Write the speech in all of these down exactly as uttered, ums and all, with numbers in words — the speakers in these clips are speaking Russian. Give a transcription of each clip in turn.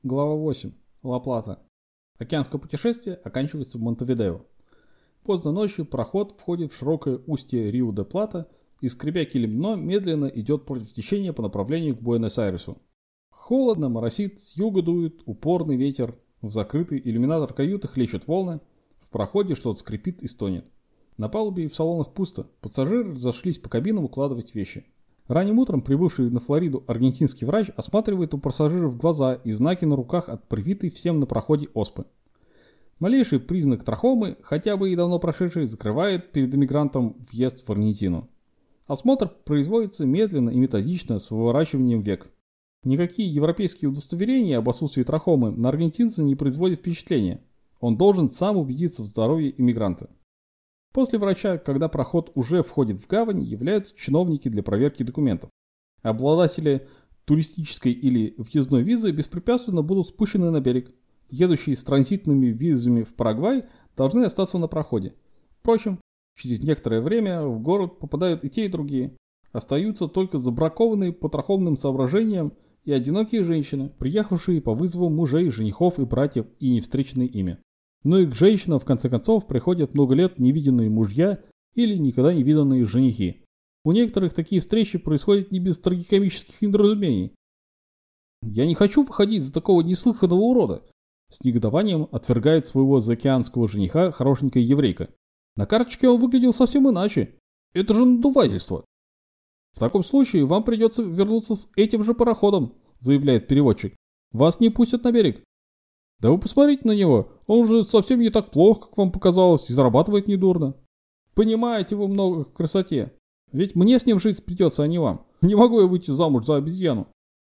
Глава восемь. Ла-Плата. Океанское путешествие оканчивается в Монтевидео. Поздно ночью пароход входит в широкое устье Рио-де-Плата и, скребя килем дно, медленно идет против течения по направлению к Буэнос-Айресу. Холодно, моросит, с юга дует упорный ветер, в закрытый иллюминатор каюты хлещут волны, в проходе что-то скрипит и стонет. На палубе и в салонах пусто, пассажиры разошлись по кабинам укладывать вещи. Ранним утром прибывший на Флориду аргентинский врач осматривает у пассажиров глаза и знаки на руках от привитой всем на проходе оспы. Малейший признак трахомы, хотя бы и давно прошедший, закрывает перед эмигрантом въезд в Аргентину. Осмотр производится медленно и методично с выворачиванием век. Никакие европейские удостоверения об отсутствии трахомы на аргентинца не производят впечатления. Он должен сам убедиться в здоровье иммигранта. После врача, когда пароход уже входит в гавань, являются чиновники для проверки документов. Обладатели туристической или въездной визы беспрепятственно будут спущены на берег. Едущие с транзитными визами в Парагвай должны остаться на проходе. Впрочем, через некоторое время в город попадают и те, и другие. Остаются только забракованные по трахомным соображениям и одинокие женщины, приехавшие по вызову мужей, женихов и братьев и не встреченные ими. Но и к женщинам, в конце концов, приходят много лет невиденные мужья или никогда не виданные женихи. У некоторых такие встречи происходят не без трагикомических недоразумений. «Я не хочу выходить за такого неслыханного урода», — с негодованием отвергает своего заокеанского жениха хорошенькая еврейка. «На карточке он выглядел совсем иначе. Это же надувательство». «В таком случае вам придется вернуться с этим же пароходом», — заявляет переводчик. «Вас не пустят на берег». «Да вы посмотрите на него, он же совсем не так плох, как вам показалось, и зарабатывает недурно. Понимаете вы много в красоте, ведь мне с ним жить придется, а не вам. Не могу я выйти замуж за обезьяну».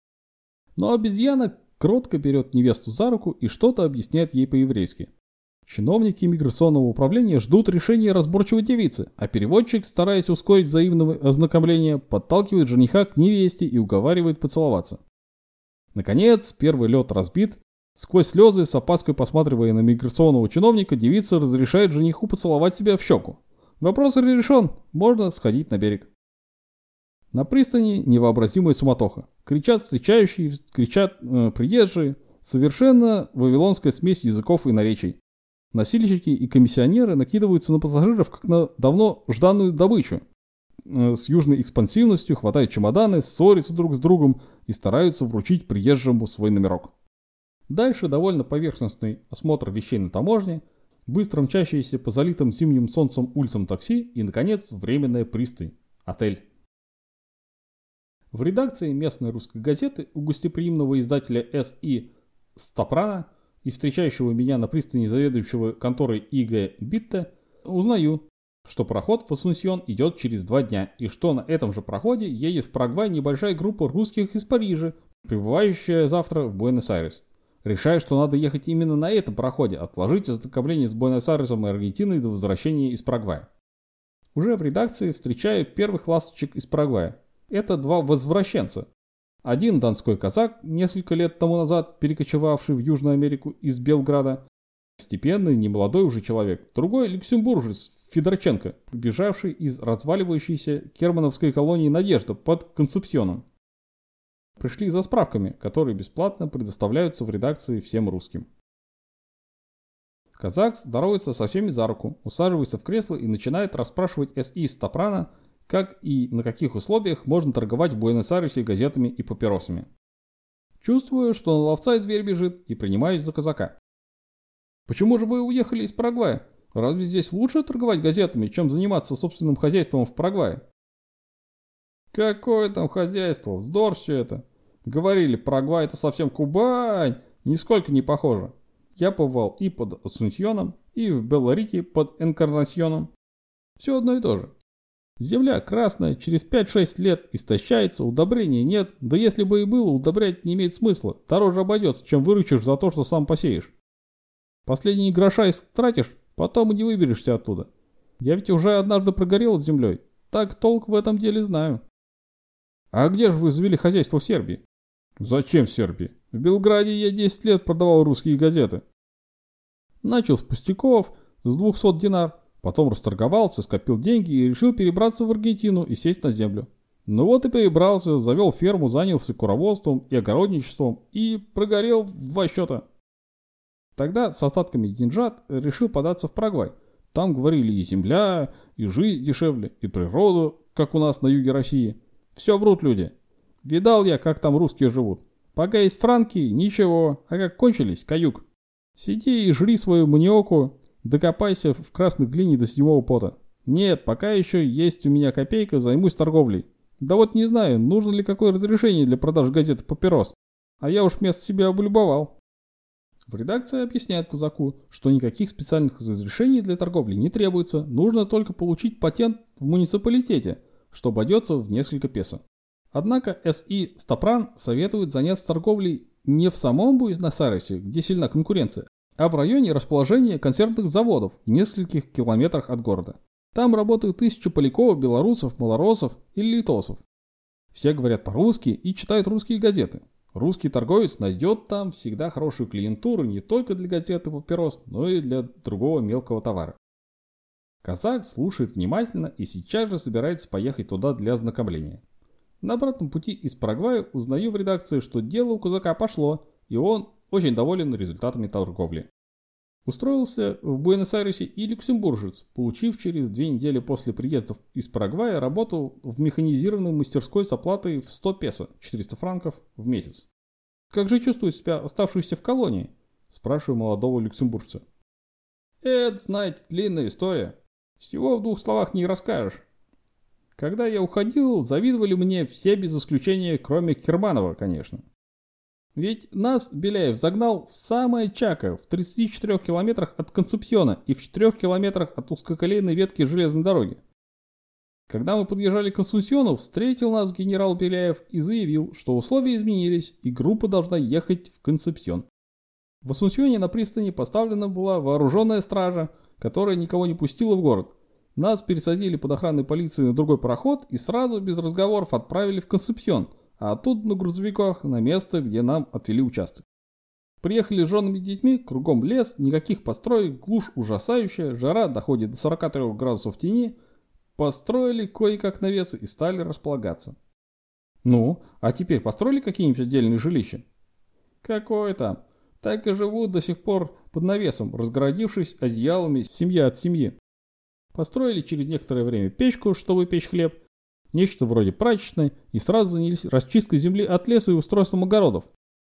Но обезьяна кротко берет невесту за руку и что-то объясняет ей по-еврейски. Чиновники иммиграционного управления ждут решения разборчивой девицы, а переводчик, стараясь ускорить взаимное ознакомление, подталкивает жениха к невесте и уговаривает поцеловаться. Наконец, первый лед разбит. Сквозь слезы, с опаской посматривая на миграционного чиновника, девица разрешает жениху поцеловать себя в щеку. Вопрос решен, можно сходить на берег. На пристани невообразимая суматоха. Кричат встречающие, кричат э, приезжие. Совершенно вавилонская смесь языков и наречий. Носильщики и комиссионеры накидываются на пассажиров, как на давно жданную добычу. Э, с южной экспансивностью хватают чемоданы, ссорятся друг с другом и стараются вручить приезжему свой номерок. Дальше довольно поверхностный осмотр вещей на таможне, быстро мчащиеся по залитым зимним солнцем улицам такси и, наконец, временная пристань – отель. В редакции местной русской газеты у гостеприимного издателя С И Стапрана и встречающего меня на пристани заведующего конторой И Г Битте узнаю, что пароход в Асунсьон идет через два дня и что на этом же проходе едет в Парагвай небольшая группа русских из Парижа, прибывающая завтра в Буэнос-Айрес. Решаю, что надо ехать именно на этом пароходе, отложить ознакомление с Буэнос-Айресом и Аргентиной до возвращения из Парагвая. Уже в редакции встречаю первых ласточек из Парагвая. Это два возвращенца. Один донской казак, несколько лет тому назад перекочевавший в Южную Америку из Белграда, степенный, немолодой уже человек. Другой люксембуржец Федорченко, прибежавший из разваливающейся кермановской колонии «Надежда» под Концепсьоном. Пришли за справками, которые бесплатно предоставляются в редакции всем русским. Казак здоровается со всеми за руку, усаживается в кресло и начинает расспрашивать С И Стапрана, как и на каких условиях можно торговать в Буэнос-Айресе газетами и папиросами. Чувствую, что на ловца и зверь бежит, и принимаюсь за казака. «Почему же вы уехали из Парагвая? Разве здесь лучше торговать газетами, чем заниматься собственным хозяйством в Парагвае?» «Какое там хозяйство? Вздор все это. Говорили, Парагвай это совсем Кубань, нисколько не похоже. Я побывал и под Асунсьоном, и в Белларике под Энкарнасьоном. Все одно и то же. Земля красная, через пять-шесть лет истощается, удобрений нет, да если бы и было, удобрять не имеет смысла, дороже обойдется, чем выручишь за то, что сам посеешь. Последние гроша истратишь, потом и не выберешься оттуда. Я ведь уже однажды прогорел с землей, так толк в этом деле знаю». «А где же вы завели хозяйство в Сербии?» «Зачем в Сербии? В Белграде я десять лет продавал русские газеты». «Начал с пустяков, с двухсот динар, потом расторговался, скопил деньги и решил перебраться в Аргентину и сесть на землю. Ну вот и перебрался, завел ферму, занялся куроводством и огородничеством и прогорел в два счета. Тогда с остатками деньжат решил податься в Парагвай. Там, говорили, и земля, и жизнь дешевле, и природу, как у нас на юге России. Все врут люди. Видал я, как там русские живут. Пока есть франки, ничего, а как кончились, каюк. Сиди и жри свою маниоку, докопайся в красной глине до седьмого пота. Нет, пока еще есть у меня копейка, займусь торговлей. Да вот не знаю, нужно ли какое разрешение для продажи газеты «Папирос». А я уж место себе облюбовал. В редакции объясняют казаку, что никаких специальных разрешений для торговли не требуется, нужно только получить патент в муниципалитете, что обойдется в несколько песо. Однако эс и Стапран советует заняться торговлей не в самом Буэнос-Айресе, где сильна конкуренция, а в районе расположения консервных заводов в нескольких километрах от города. Там работают тысячи поляков, белорусов, малоросов или литовцев. Все говорят по-русски и читают русские газеты. Русский торговец найдет там всегда хорошую клиентуру не только для газеты «Папирос», но и для другого мелкого товара. Казак слушает внимательно и сейчас же собирается поехать туда для ознакомления. На обратном пути из Парагвая узнаю в редакции, что дело у казака пошло, и он очень доволен результатами торговли. Устроился в Буэнос-Айресе и люксембуржец, получив через две недели после приезда из Парагвая работу в механизированной мастерской с оплатой в сто песо, четыреста франков в месяц. «Как же чувствует себя оставшийся в колонии?» – спрашиваю молодого люксембуржца. «Это, знаете, длинная история. Всего в двух словах не расскажешь. Когда я уходил, завидовали мне все без исключения, кроме Керманова, конечно. Ведь нас Беляев загнал в самое Чако, в тридцати четырёх километрах от Концепсиона и в четырёх километрах от узкоколейной ветки железной дороги. Когда мы подъезжали к Концепсиону, встретил нас генерал Беляев и заявил, что условия изменились и группа должна ехать в Концепсион. В Асунсьоне на пристани поставлена была вооруженная стража, которая никого не пустила в город. Нас пересадили под охраной полиции на другой пароход и сразу без разговоров отправили в Концепсион, а оттуда на грузовиках на место, где нам отвели участок. Приехали с женами и детьми, кругом лес, никаких построек, глушь ужасающая, жара доходит до сорока трёх градусов в тени. Построили кое-как навесы и стали располагаться. Ну, а теперь построили какие-нибудь отдельные жилища? Какое там? Так и живут до сих пор под навесом, разгородившись одеялами семья от семьи. Построили через некоторое время печку, чтобы печь хлеб, нечто вроде прачечной, и сразу занялись расчисткой земли от леса и устройством огородов.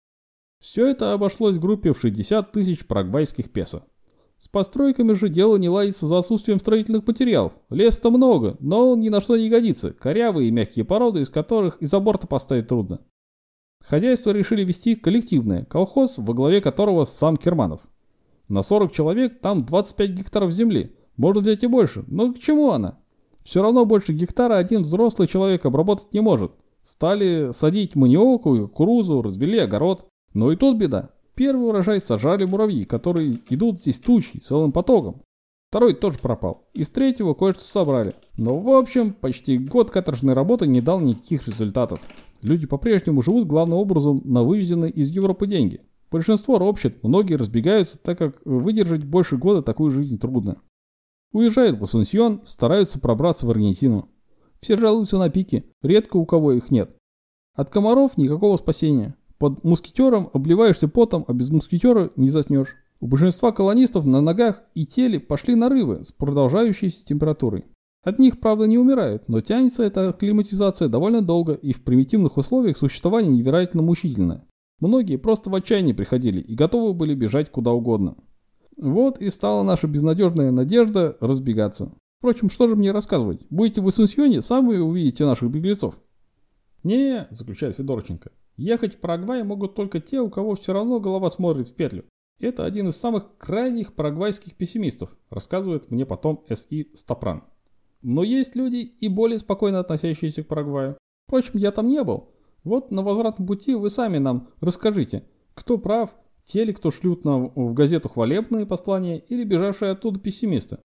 Все это обошлось группе в шестьдесят тысяч парагвайских песо. С постройками же дело не ладится за отсутствием строительных материалов. Леса-то много, но он ни на что не годится. Корявые и мягкие породы, из которых из-за борта поставить трудно. Хозяйство решили вести коллективное, колхоз, во главе которого сам Керманов. На сорок человек там двадцать пять гектаров земли. Можно взять и больше, но к чему она? Все равно больше гектара один взрослый человек обработать не может. Стали садить маниоку и кукурузу, развели огород. Но и тут беда. Первый урожай сажали муравьи, которые идут здесь тучей, целым потоком. Второй тоже пропал. Из третьего кое-что собрали. Но в общем, почти год каторжной работы не дал никаких результатов. Люди по-прежнему живут главным образом на вывезенные из Европы деньги. Большинство ропщет, многие разбегаются, так как выдержать больше года такую жизнь трудно. Уезжают в Асунсьон, стараются пробраться в Аргентину. Все жалуются на пики, редко у кого их нет. От комаров никакого спасения. Под мускетером обливаешься потом, а без мускетера не заснешь. У большинства колонистов на ногах и теле пошли нарывы с продолжающейся температурой. От них, правда, не умирают, но тянется эта акклиматизация довольно долго и в примитивных условиях существование невероятно мучительное. Многие просто в отчаянии приходили и готовы были бежать куда угодно. Вот и стала наша безнадежная надежда разбегаться. Впрочем, что же мне рассказывать? Будете в Асунсьоне, сами увидите наших беглецов. Не, заключает Федорченко. Ехать в Парагвай могут только те, у кого все равно голова смотрит в петлю. Это один из самых крайних парагвайских пессимистов, рассказывает мне потом эс и Стапран. Но есть люди и более спокойно относящиеся к Парагваю. Впрочем, я там не был. Вот на возвратном пути вы сами нам расскажите, кто прав, те ли, кто шлют нам в газету хвалебные послания, или бежавшие оттуда пессимисты.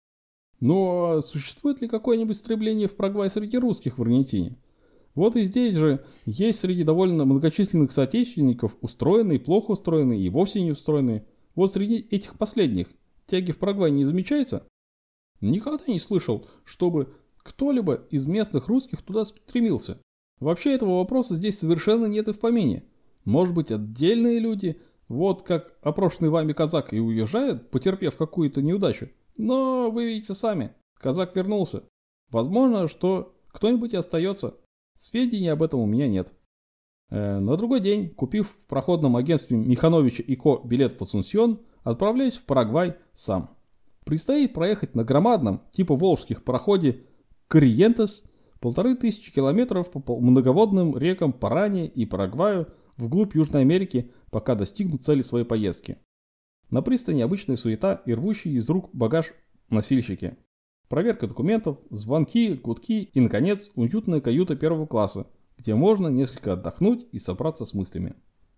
Но существует ли какое-нибудь стремление в Парагвай среди русских в Аргентине? Вот и здесь же есть среди довольно многочисленных соотечественников устроенные, плохо устроенные и вовсе не устроенные. Вот среди этих последних тяги в Парагвай не замечается? Никогда не слышал, чтобы кто-либо из местных русских туда стремился. Вообще этого вопроса здесь совершенно нет и в помине. Может быть, отдельные люди, вот как опрошенный вами казак, и уезжает, потерпев какую-то неудачу. Но вы видите сами, казак вернулся. Возможно, что кто-нибудь и остается. Сведений об этом у меня нет. Э, на другой день, купив в проходном агентстве Михановича и Ко билет в Асунсьон, отправляюсь в Парагвай сам. Предстоит проехать на громадном, типа волжских, пароходе «Корриентес» полторы тысячи километров по многоводным рекам Паране и Парагваю вглубь Южной Америки, пока достигнут цели своей поездки. На пристани обычная суета и рвущие из рук багаж носильщики. Проверка документов, звонки, гудки и, наконец, уютная каюта первого класса, где можно несколько отдохнуть и собраться с мыслями.